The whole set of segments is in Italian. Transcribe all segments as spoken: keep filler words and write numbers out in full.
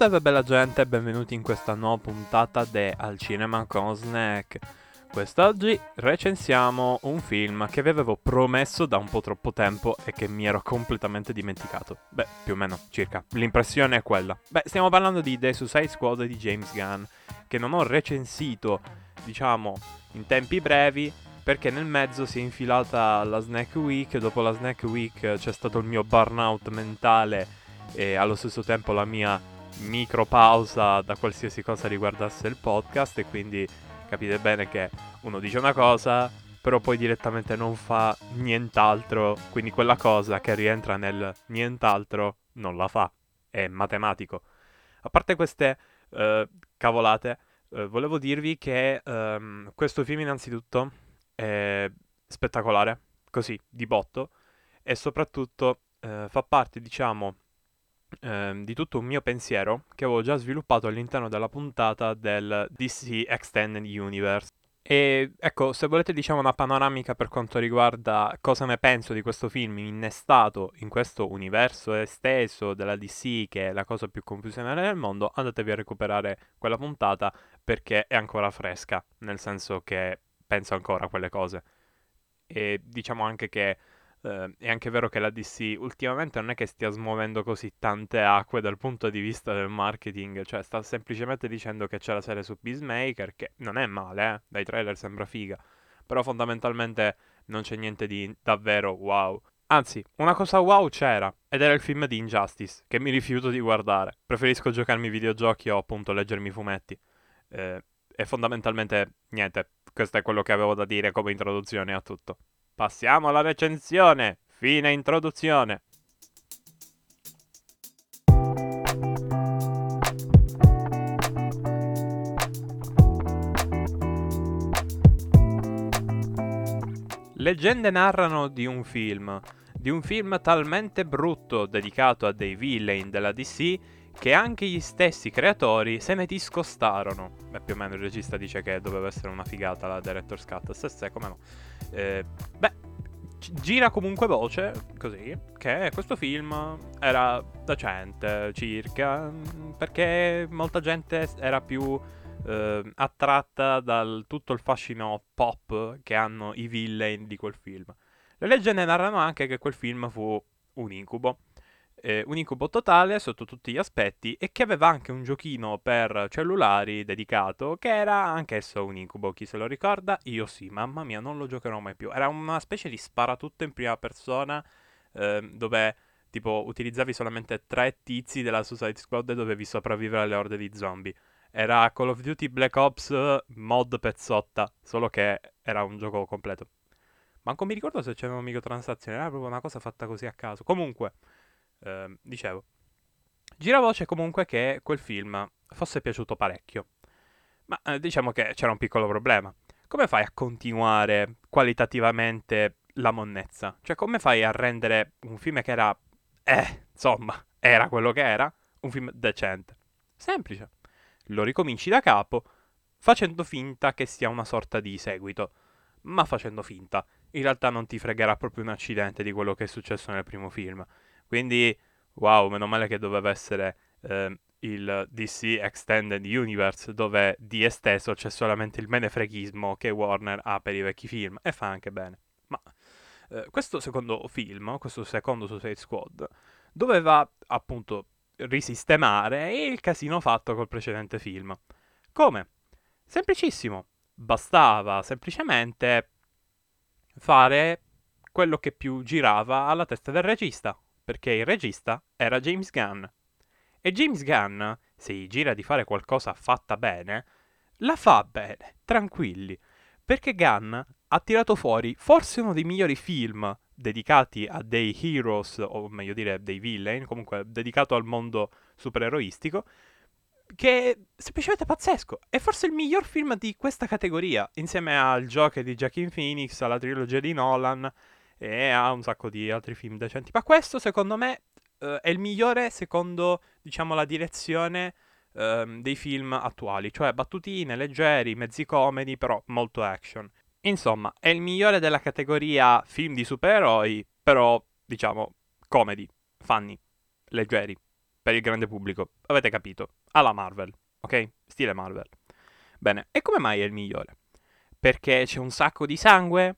salve bella gente, benvenuti in questa nuova puntata di Al Cinema con Snack. Quest'oggi recensiamo un film che vi avevo promesso da un po' troppo tempo e che mi ero completamente dimenticato. Beh, più o meno, circa. L'impressione è quella. Beh, stiamo parlando di The Suicide Squad di James Gunn, che non ho recensito, diciamo, in tempi brevi, perché nel mezzo si è infilata la Snack Week, dopo la Snack Week c'è stato il mio burnout mentale e allo stesso tempo la mia micro pausa da qualsiasi cosa riguardasse il podcast, e quindi capite bene che uno dice una cosa però poi direttamente non fa nient'altro, quindi quella cosa che rientra nel nient'altro non la fa, è matematico. A parte queste eh, cavolate, eh, volevo dirvi che ehm, questo film innanzitutto è spettacolare, così, di botto, e soprattutto eh, fa parte, diciamo, ehm, di tutto un mio pensiero che avevo già sviluppato all'interno della puntata del D C Extended Universe. E ecco, se volete diciamo una panoramica per quanto riguarda cosa ne penso di questo film innestato in questo universo esteso della D C, che è la cosa più confusionale del mondo, andatevi a recuperare quella puntata perché è ancora fresca, nel senso che penso ancora a quelle cose. E diciamo anche che eh, è anche vero che la D C ultimamente non è che stia smuovendo così tante acque dal punto di vista del marketing, cioè sta semplicemente dicendo che c'è la serie su Peacemaker, che non è male, eh? Dai trailer sembra figa, però fondamentalmente non c'è niente di davvero wow. Anzi, una cosa wow c'era, ed era il film di Injustice, che mi rifiuto di guardare. Preferisco giocarmi ai videogiochi o appunto leggermi i fumetti. Eh, e fondamentalmente niente, questo è quello che avevo da dire come introduzione a tutto. Passiamo alla recensione. Fine introduzione. Leggende narrano di un film, di un film talmente brutto dedicato a dei villain della D C che anche gli stessi creatori se ne discostarono. Beh, più o meno il regista dice che doveva essere una figata la Director's Cut, se se, come no. Eh, beh, gira comunque voce, così, che questo film era decente, circa, perché molta gente era più eh, attratta dal tutto il fascino pop che hanno i villain di quel film. Le leggende narrano anche che quel film fu un incubo, eh, un incubo totale sotto tutti gli aspetti, e che aveva anche un giochino per cellulari dedicato che era anch'esso un incubo. Chi se lo ricorda? Io sì, mamma mia, non lo giocherò mai più. Era una specie di sparatutto in prima persona, eh, dove tipo utilizzavi solamente tre tizi della Suicide Squad e dovevi sopravvivere alle orde di zombie. Era Call of Duty Black Ops mod pezzotta, solo che era un gioco completo. Manco mi ricordo se c'erano microtransazioni, era proprio una cosa fatta così a caso. Comunque, ehm, dicevo, gira voce comunque che quel film fosse piaciuto parecchio. Ma eh, diciamo che c'era un piccolo problema. Come fai a continuare qualitativamente la monnezza? Cioè, come fai a rendere un film che era... Eh, insomma, era quello che era, un film decente? Semplice. Lo ricominci da capo, facendo finta che sia una sorta di seguito. Ma facendo finta. In realtà non ti fregherà proprio un accidente di quello che è successo nel primo film. Quindi, wow, meno male che doveva essere eh, il D C Extended Universe, dove di esteso c'è solamente il menefreghismo che Warner ha per i vecchi film, e fa anche bene. Ma eh, questo secondo film, questo secondo Suicide Squad, doveva appunto risistemare il casino fatto col precedente film. Come? Semplicissimo. Bastava semplicemente fare quello che più girava alla testa del regista, perché il regista era James Gunn. E James Gunn, se gli gira di fare qualcosa fatta bene, la fa bene, tranquilli, perché Gunn ha tirato fuori forse uno dei migliori film dedicati a dei heroes, o meglio dire dei villain, comunque dedicato al mondo supereroistico, che è semplicemente pazzesco. È forse il miglior film di questa categoria, insieme al Joker di Joaquin Phoenix, alla trilogia di Nolan e a un sacco di altri film decenti. Ma questo, secondo me, eh, è il migliore secondo, diciamo, la direzione ehm, dei film attuali. Cioè battutine, leggeri, mezzi comedy, però molto action. Insomma, è il migliore della categoria film di supereroi, però, diciamo, comedy, funny, leggeri. per il grande pubblico, avete capito, alla Marvel, ok? Stile Marvel. Bene, e come mai è il migliore? Perché c'è un sacco di sangue?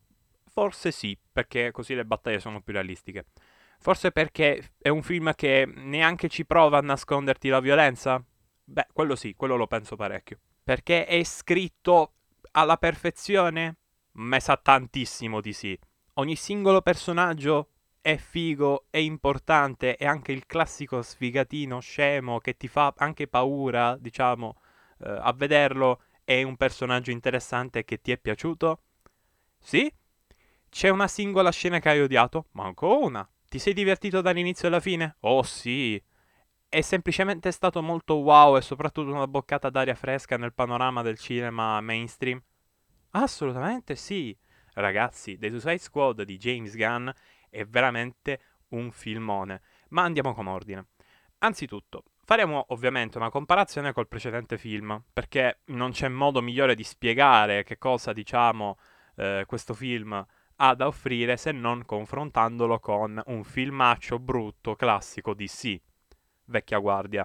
Forse sì, perché così le battaglie sono più realistiche. Forse perché è un film che neanche ci prova a nasconderti la violenza? Beh, quello sì, quello lo penso parecchio. Perché è scritto alla perfezione? Me sa tantissimo di sì. Ogni singolo personaggio è figo, è importante, è anche il classico sfigatino scemo che ti fa anche paura, diciamo, eh, a vederlo. È un personaggio interessante che ti è piaciuto? Sì? C'è una singola scena che hai odiato? Manco una. Ti sei divertito dall'inizio alla fine? Oh sì. È semplicemente stato molto wow e soprattutto una boccata d'aria fresca nel panorama del cinema mainstream? Assolutamente sì. Ragazzi, The Suicide Squad di James Gunn è veramente un filmone. Ma andiamo con ordine. Anzitutto, faremo ovviamente una comparazione col precedente film, perché non c'è modo migliore di spiegare che cosa, diciamo, eh, questo film ha da offrire se non confrontandolo con un filmaccio brutto classico D C, vecchia guardia.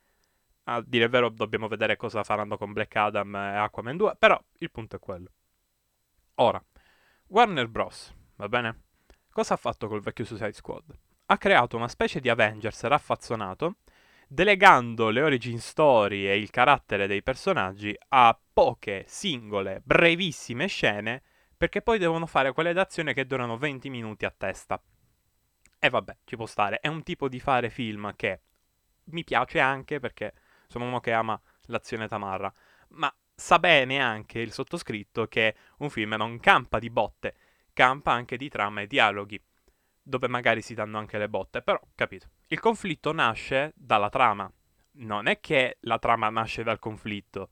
A dire il vero dobbiamo vedere cosa faranno con Black Adam e Aquaman due, però il punto è quello. Ora, Warner Bros., va bene? Cosa ha fatto col vecchio Suicide Squad? Ha creato una specie di Avengers raffazzonato, delegando le origin story e il carattere dei personaggi a poche, singole, brevissime scene, perché poi devono fare quelle d'azione che durano venti minuti a testa. E vabbè, ci può stare. È un tipo di fare film che mi piace anche perché sono uno che ama l'azione tamarra, ma sa bene anche il sottoscritto che un film non campa di botte, campa anche di trama e dialoghi, dove magari si danno anche le botte, però, capito. Il conflitto nasce dalla trama. Non è che la trama nasce dal conflitto.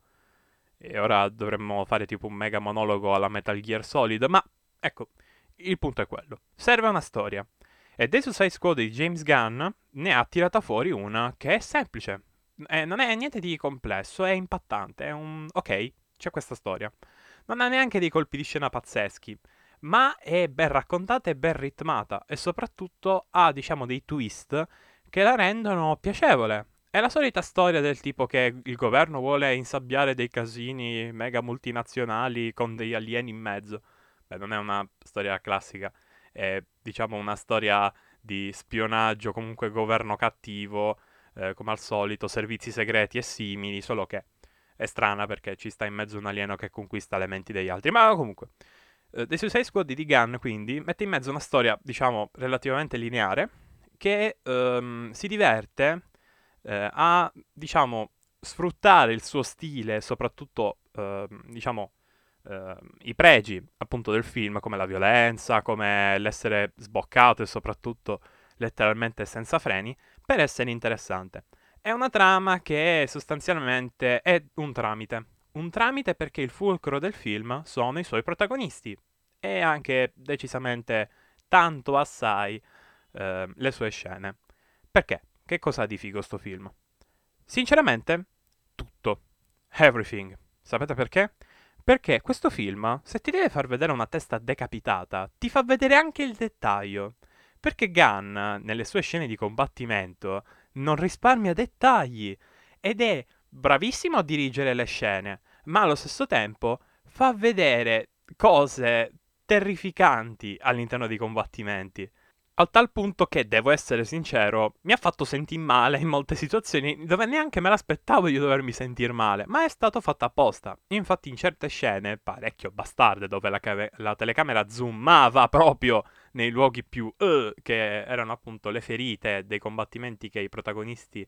E ora dovremmo fare tipo un mega monologo alla Metal Gear Solid, ma ecco, il punto è quello. Serve una storia. E The Suicide Squad di James Gunn ne ha tirata fuori una che è semplice. Eh, non è niente di complesso, è impattante, è un... ok, c'è questa storia. Non ha neanche dei colpi di scena pazzeschi, ma è ben raccontata e ben ritmata e soprattutto ha, diciamo, dei twist che la rendono piacevole. È la solita storia del tipo che il governo vuole insabbiare dei casini mega multinazionali con degli alieni in mezzo. Beh, non è una storia classica, è diciamo una storia di spionaggio, comunque governo cattivo, eh, come al solito, servizi segreti e simili, solo che è strana perché ci sta in mezzo un alieno che conquista le menti degli altri. Ma comunque, eh, The Suicide Squad di Gunn quindi mette in mezzo una storia, diciamo, relativamente lineare, che ehm, si diverte eh, a, diciamo, sfruttare il suo stile, soprattutto, ehm, diciamo, ehm, i pregi appunto del film, come la violenza, come l'essere sboccato e soprattutto letteralmente senza freni, per essere interessante. È una trama che sostanzialmente è un tramite. Un tramite perché il fulcro del film sono i suoi protagonisti e anche decisamente tanto assai eh, le sue scene. Perché? Che cosa ha di figo sto film? Sinceramente, tutto. Everything. Sapete perché? Perché questo film, se ti deve far vedere una testa decapitata, ti fa vedere anche il dettaglio. Perché Gunn, nelle sue scene di combattimento, non risparmia dettagli ed è bravissimo a dirigere le scene, ma allo stesso tempo fa vedere cose terrificanti all'interno dei combattimenti. Al tal punto che, devo essere sincero, mi ha fatto sentire male in molte situazioni dove neanche me l'aspettavo di dovermi sentire male, ma è stato fatto apposta. Infatti in certe scene, parecchio bastarde, dove la, cave- la telecamera zoomava proprio nei luoghi più uh, che erano appunto le ferite dei combattimenti che i protagonisti,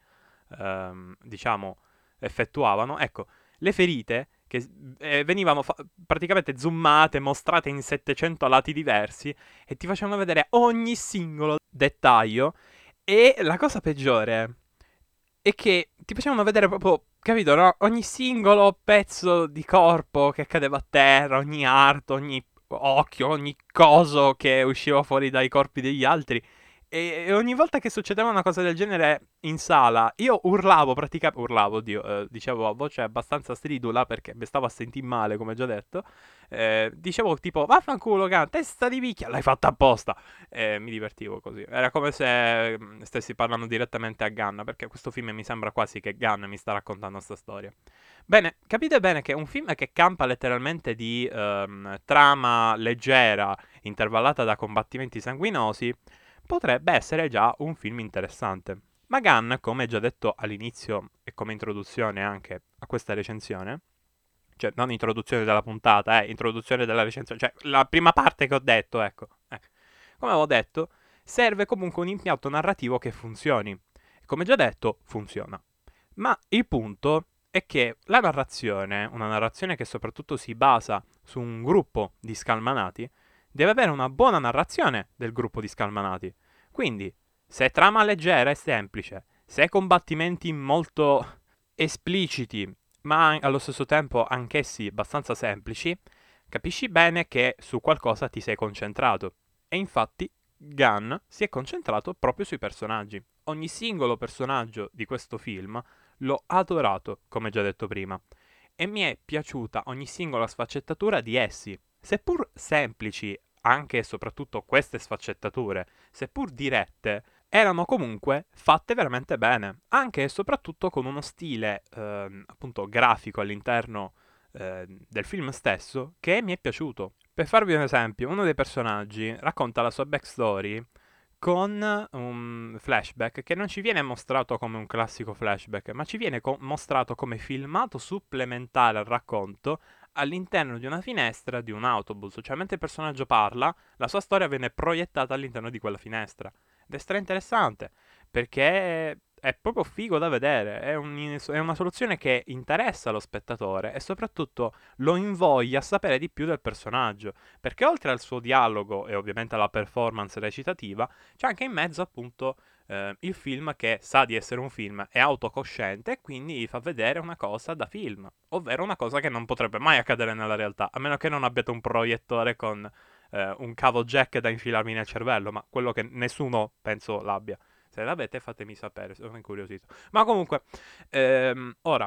ehm, diciamo, effettuavano, ecco, le ferite che eh, venivano fa- praticamente zoomate, mostrate in settecento lati diversi e ti facevano vedere ogni singolo dettaglio. E la cosa peggiore è che ti facevano vedere proprio, capito, no? Ogni singolo pezzo di corpo che cadeva a terra, ogni arto, ogni occhio, ogni coso che usciva fuori dai corpi degli altri. E, e ogni volta che succedeva una cosa del genere in sala, io urlavo praticamente, urlavo, oddio, eh, dicevo a voce abbastanza stridula perché mi stavo a sentire male, come già detto. Eh, dicevo tipo, vaffanculo, can, testa di picchia, l'hai fatta apposta. E mi divertivo così. Era come se mm, stessi parlando direttamente a Gunn, perché questo film mi sembra quasi che Gunn mi sta raccontando questa storia. Bene, capite bene che un film che campa letteralmente di ehm, trama leggera, intervallata da combattimenti sanguinosi, potrebbe essere già un film interessante. Ma Gunn, come già detto all'inizio e come introduzione anche a questa recensione, cioè non introduzione della puntata, eh, introduzione della recensione, cioè la prima parte che ho detto, ecco, ecco. Come avevo detto, serve comunque un impianto narrativo che funzioni. E come già detto, funziona. Ma il punto è che la narrazione, una narrazione che soprattutto si basa su un gruppo di scalmanati, deve avere una buona narrazione del gruppo di scalmanati. Quindi, se trama leggera e semplice, se combattimenti molto espliciti, ma allo stesso tempo anch'essi abbastanza semplici, capisci bene che su qualcosa ti sei concentrato. E infatti Gunn si è concentrato proprio sui personaggi. Ogni singolo personaggio di questo film l'ho adorato, come già detto prima, e mi è piaciuta ogni singola sfaccettatura di essi. Seppur semplici, anche e soprattutto queste sfaccettature, seppur dirette, erano comunque fatte veramente bene, anche e soprattutto con uno stile ehm, appunto grafico all'interno eh, del film stesso che mi è piaciuto. Per farvi un esempio, uno dei personaggi racconta la sua backstory con un flashback che non ci viene mostrato come un classico flashback, ma ci viene co- mostrato come filmato supplementare al racconto all'interno di una finestra di un autobus. Cioè, mentre il personaggio parla, la sua storia viene proiettata all'interno di quella finestra. Ed è stra interessante, perché è proprio figo da vedere, è, un- è una soluzione che interessa lo spettatore e soprattutto lo invoglia a sapere di più del personaggio, perché oltre al suo dialogo e ovviamente alla performance recitativa, c'è anche in mezzo appunto eh, il film che sa di essere un film, è autocosciente e quindi fa vedere una cosa da film, ovvero una cosa che non potrebbe mai accadere nella realtà, a meno che non abbiate un proiettore con eh, un cavo jack da infilarmi nel cervello, ma quello che nessuno penso l'abbia. Se l'avete fatemi sapere, sono incuriosito. Ma comunque, ehm, ora,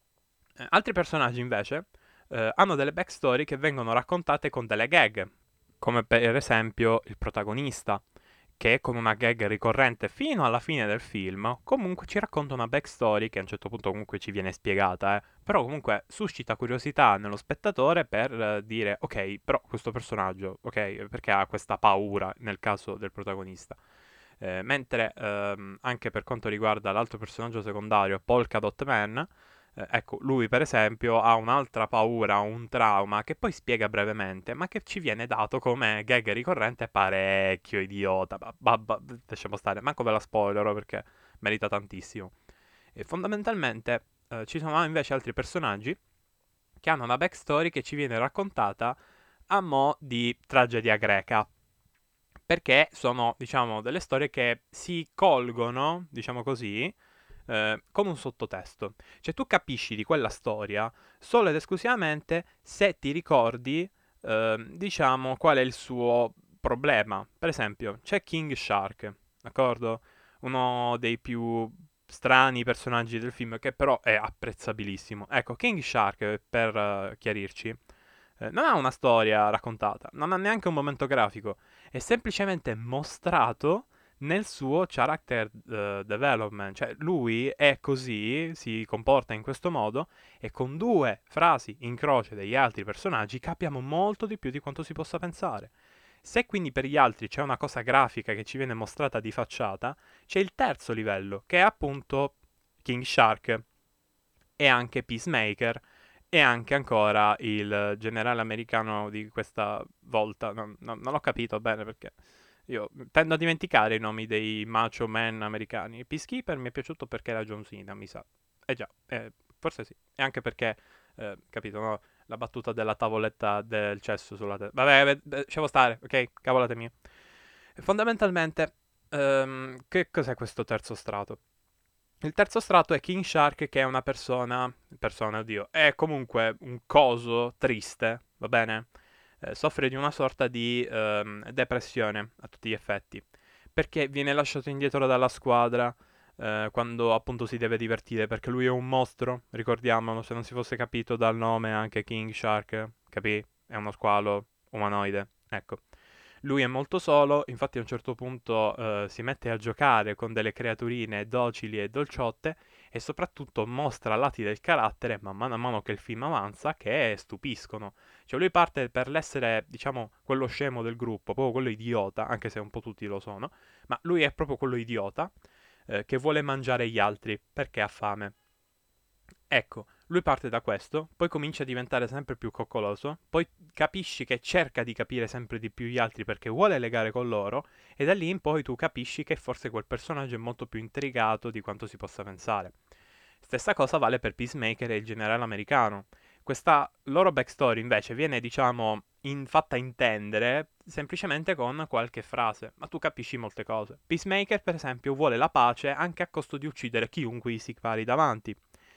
eh, altri personaggi invece eh, hanno delle backstory che vengono raccontate con delle gag, come per esempio il protagonista, che con una gag ricorrente fino alla fine del film, comunque ci racconta una backstory che a un certo punto comunque ci viene spiegata, eh, però comunque suscita curiosità nello spettatore per eh, dire, ok, però questo personaggio, ok, perché ha questa paura nel caso del protagonista. Eh, mentre ehm, anche per quanto riguarda l'altro personaggio secondario, Polka Dot Man, eh, ecco, lui per esempio ha un'altra paura, un trauma che poi spiega brevemente, ma che ci viene dato come gag ricorrente parecchio idiota. Ba- ba- ba- lasciamo stare, manco ve la spoilerò perché merita tantissimo. E fondamentalmente eh, ci sono invece altri personaggi che hanno una backstory che ci viene raccontata a mo' di tragedia greca. Perché sono, diciamo, delle storie che si colgono, diciamo così, eh, con un sottotesto. Cioè tu capisci di quella storia solo ed esclusivamente se ti ricordi, eh, diciamo, qual è il suo problema. Per esempio, c'è King Shark, d'accordo? Uno dei più strani personaggi del film che però è apprezzabilissimo. Ecco, King Shark, per eh, chiarirci, eh, non ha una storia raccontata, non ha neanche un momento grafico, è semplicemente mostrato nel suo character eh, development, cioè lui è così, si comporta in questo modo e con due frasi in croce degli altri personaggi capiamo molto di più di quanto si possa pensare. Se quindi per gli altri c'è una cosa grafica che ci viene mostrata di facciata, c'è il terzo livello, che è appunto King Shark e anche Peacemaker e anche ancora il generale americano di questa volta. Non, non- non ho capito bene perché io tendo a dimenticare i nomi dei macho man americani. Peacekeeper mi è piaciuto perché era John Cena, mi sa. Eh già, eh, forse sì. E anche perché, eh, capito, no? La battuta della tavoletta del cesso sulla testa. Vabbè, eh, lasciamo stare, ok? Cavolate mie. Fondamentalmente, ehm, che cos'è questo terzo strato? Il terzo strato è King Shark, che è una persona, persona, oddio, è comunque un coso triste, va bene? Eh, soffre di una sorta di ehm, depressione a tutti gli effetti. perché viene lasciato indietro dalla squadra eh, quando appunto si deve divertire, perché lui è un mostro, ricordiamolo, se non si fosse capito dal nome anche King Shark, capì? È uno squalo umanoide, ecco. Lui è molto solo, infatti a un certo punto eh, si mette a giocare con delle creaturine docili e dolciotte e soprattutto mostra lati del carattere, man mano a mano che il film avanza, che stupiscono. Cioè lui parte per l'essere, diciamo, quello scemo del gruppo, proprio quello idiota, anche se un po' tutti lo sono, ma lui è proprio quello idiota eh, che vuole mangiare gli altri perché ha fame. Ecco, lui parte da questo, poi comincia a diventare sempre più coccoloso, poi capisci che cerca di capire sempre di più gli altri perché vuole legare con loro, e da lì in poi tu capisci che forse quel personaggio è molto più intrigato di quanto si possa pensare. Stessa cosa vale per Peacemaker e il generale americano. Questa loro backstory invece viene, diciamo, in- fatta intendere semplicemente con qualche frase, ma tu capisci molte cose. Peacemaker, per esempio, vuole la pace anche a costo di uccidere chiunque gli si pari davanti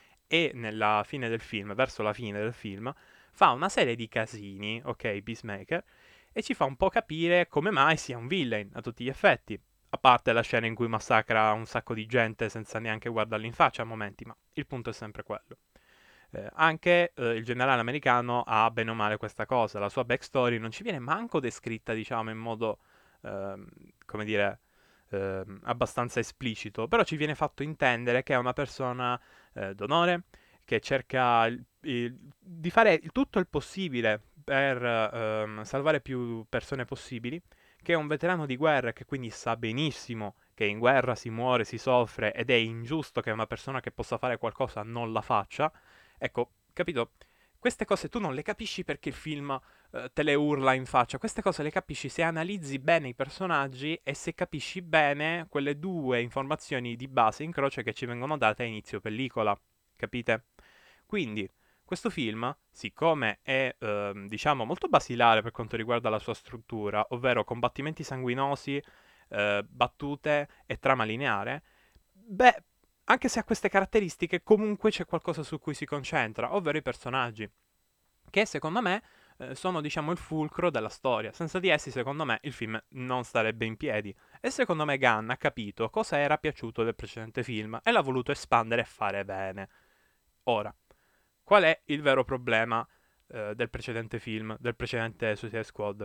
e nella fine del film, verso la fine del film, fa una serie di casini, ok, Peacemaker, e ci fa un po' capire come mai sia un villain a tutti gli effetti. A parte la scena in cui massacra un sacco di gente senza neanche guardarli in faccia a momenti, ma il punto è sempre quello. Eh, anche eh, il generale americano ha bene o male questa cosa, la sua backstory non ci viene manco descritta, diciamo, in modo, ehm, come dire, ehm, abbastanza esplicito, però ci viene fatto intendere che è una persona eh, d'onore, che cerca il- il- di fare il- tutto il possibile per ehm, salvare più persone possibili, che è un veterano di guerra e che quindi sa benissimo che in guerra si muore, si soffre ed è ingiusto che una persona che possa fare qualcosa non la faccia. Ecco, capito? Queste cose tu non le capisci perché il film eh, te le urla in faccia, queste cose le capisci se analizzi bene i personaggi e se capisci bene quelle due informazioni di base in croce che ci vengono date a inizio pellicola, capite? Quindi, questo film, siccome è, ehm, diciamo, molto basilare per quanto riguarda la sua struttura, ovvero combattimenti sanguinosi, eh, battute e trama lineare, beh, anche se ha queste caratteristiche, comunque c'è qualcosa su cui si concentra, ovvero i personaggi, che secondo me eh, sono, diciamo, il fulcro della storia. Senza di essi, secondo me, il film non starebbe in piedi. E secondo me Gunn ha capito cosa era piaciuto del precedente film e l'ha voluto espandere e fare bene. Ora, qual è il vero problema eh, del precedente film, del precedente Suicide Squad?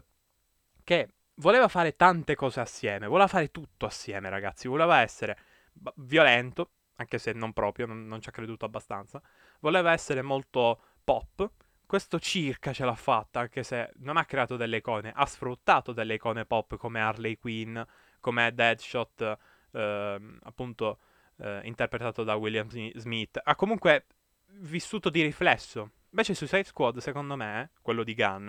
Che voleva fare tante cose assieme, voleva fare tutto assieme, ragazzi. Voleva essere b- violento, anche se non proprio, non, non ci ha creduto abbastanza. Voleva essere molto pop. Questo circa ce l'ha fatta, anche se non ha creato delle icone, ha sfruttato delle icone pop come Harley Quinn, come Deadshot, ehm, appunto eh, interpretato da William Smith. Ha comunque vissuto di riflesso. Invece Suicide Squad, secondo me, quello di Gunn,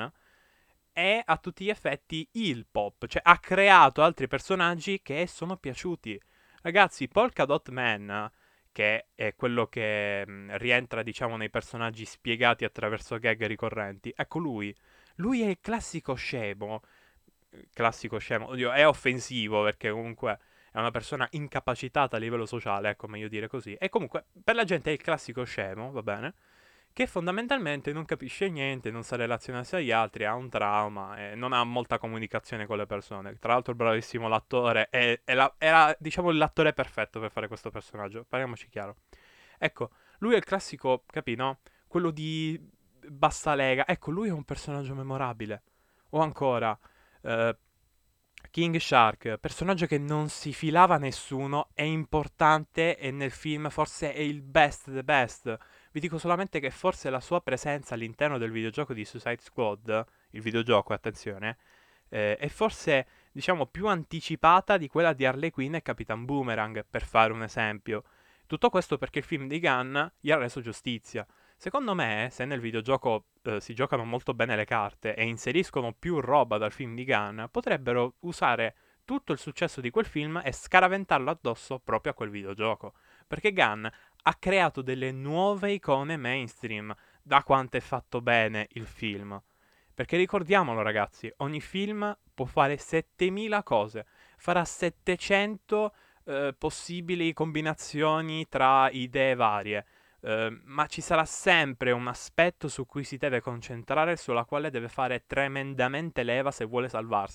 è a tutti gli effetti il pop, cioè ha creato altri personaggi che sono piaciuti. Ragazzi, Polka Dot Man, che è quello che mh, rientra, diciamo, nei personaggi spiegati attraverso gag ricorrenti, ecco lui. Lui è il classico scemo. Classico scemo, oddio, è offensivo perché comunque è una persona incapacitata a livello sociale, ecco, meglio dire così. E comunque per la gente è il classico scemo, va bene? Che fondamentalmente non capisce niente, non sa relazionarsi agli altri, ha un trauma e non ha molta comunicazione con le persone. Tra l'altro, bravissimo l'attore, è, è la- era diciamo l'attore perfetto per fare questo personaggio, parliamoci chiaro. Ecco, lui è il classico, capì, no? Quello di bassa lega. Ecco, lui è un personaggio memorabile. O ancora, eh, King Shark, personaggio che non si filava a nessuno, è importante e nel film forse è il best the best. Vi dico solamente che forse la sua presenza all'interno del videogioco di Suicide Squad, il videogioco, attenzione, eh, è forse, diciamo, più anticipata di quella di Harley Quinn e Capitan Boomerang, per fare un esempio. Tutto questo perché il film di Gunn gli ha reso giustizia. Secondo me, se nel videogioco eh, si giocano molto bene le carte e inseriscono più roba dal film di Gunn, potrebbero usare tutto il successo di quel film e scaraventarlo addosso proprio a quel videogioco. Perché Gunn ha creato delle nuove icone mainstream da quanto è fatto bene il film. Perché ricordiamolo ragazzi, ogni film può fare settemila cose, farà settecento eh, possibili combinazioni tra idee varie. Uh, ma ci sarà sempre un aspetto su cui si deve concentrare, sulla quale deve fare tremendamente leva se vuole salvarsi.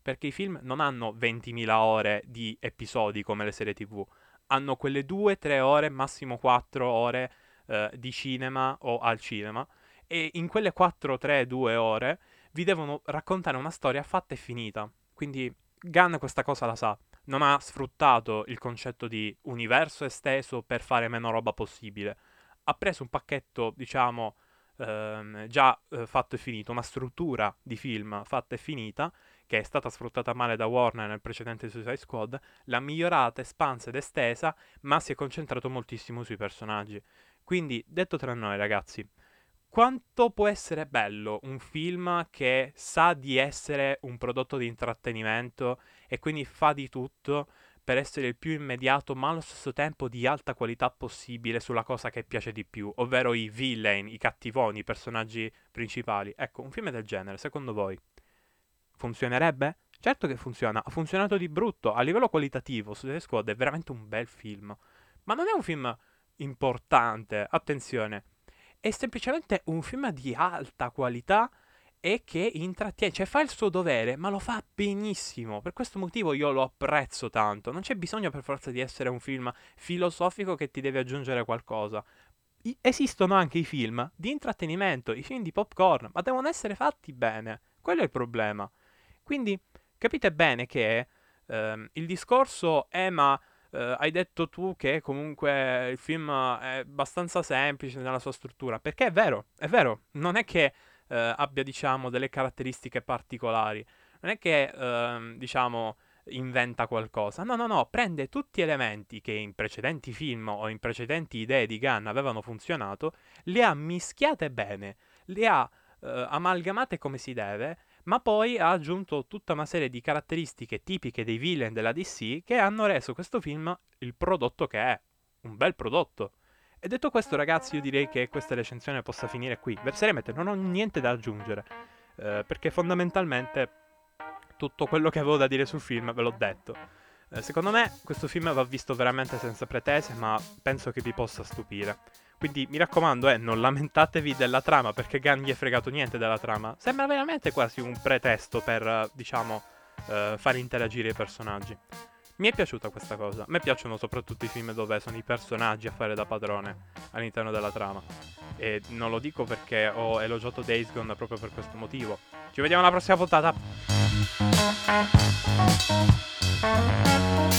perché i film non hanno ventimila ore di episodi come le serie tv, hanno quelle due tre ore, massimo quattro ore eh, di cinema o al cinema, e in quelle quattro tre due ore vi devono raccontare una storia fatta e finita. Quindi Gunn questa cosa la sa. Non ha sfruttato il concetto di universo esteso per fare meno roba possibile. Ha preso un pacchetto, diciamo, ehm, già eh, fatto e finito, una struttura di film fatta e finita, che è stata sfruttata male da Warner nel precedente Suicide Squad, l'ha migliorata, espansa ed estesa, ma si è concentrato moltissimo sui personaggi. Quindi, detto tra noi, ragazzi, quanto può essere bello un film che sa di essere un prodotto di intrattenimento e quindi fa di tutto per essere il più immediato, ma allo stesso tempo di alta qualità possibile sulla cosa che piace di più, ovvero i villain, i cattivoni, i personaggi principali. Ecco, un film del genere, secondo voi, funzionerebbe? Certo che funziona, ha funzionato di brutto, a livello qualitativo, Suicide Squad è veramente un bel film, ma non è un film importante, attenzione, è semplicemente un film di alta qualità e che intrattiene, cioè fa il suo dovere, ma lo fa benissimo. Per questo motivo io lo apprezzo tanto. Non c'è bisogno per forza di essere un film filosofico che ti deve aggiungere qualcosa. I- esistono anche i film di intrattenimento, i film di popcorn, ma devono essere fatti bene. Quello è il problema. Quindi capite bene che ehm, il discorso è ma eh, hai detto tu che comunque il film è abbastanza semplice nella sua struttura, perché è vero, è vero, non è che eh, abbia diciamo delle caratteristiche particolari, non è che ehm, diciamo inventa qualcosa, no no no, prende tutti elementi che in precedenti film o in precedenti idee di Gunn avevano funzionato, le ha mischiate bene, le ha eh, amalgamate come si deve, ma poi ha aggiunto tutta una serie di caratteristiche tipiche dei villain della D C che hanno reso questo film il prodotto che è, un bel prodotto. E detto questo, ragazzi, io direi che questa recensione possa finire qui. Seriamente, non ho niente da aggiungere, eh, perché fondamentalmente tutto quello che avevo da dire sul film ve l'ho detto. Eh, secondo me questo film va visto veramente senza pretese, ma penso che vi possa stupire. Quindi mi raccomando, eh, non lamentatevi della trama, perché Gunn gli è fregato niente della trama. Sembra veramente quasi un pretesto per, eh, diciamo, eh, far interagire i personaggi. Mi è piaciuta questa cosa. A me piacciono soprattutto i film dove sono i personaggi a fare da padrone all'interno della trama. E non lo dico perché ho elogiato Days Gone proprio per questo motivo. Ci vediamo alla prossima puntata.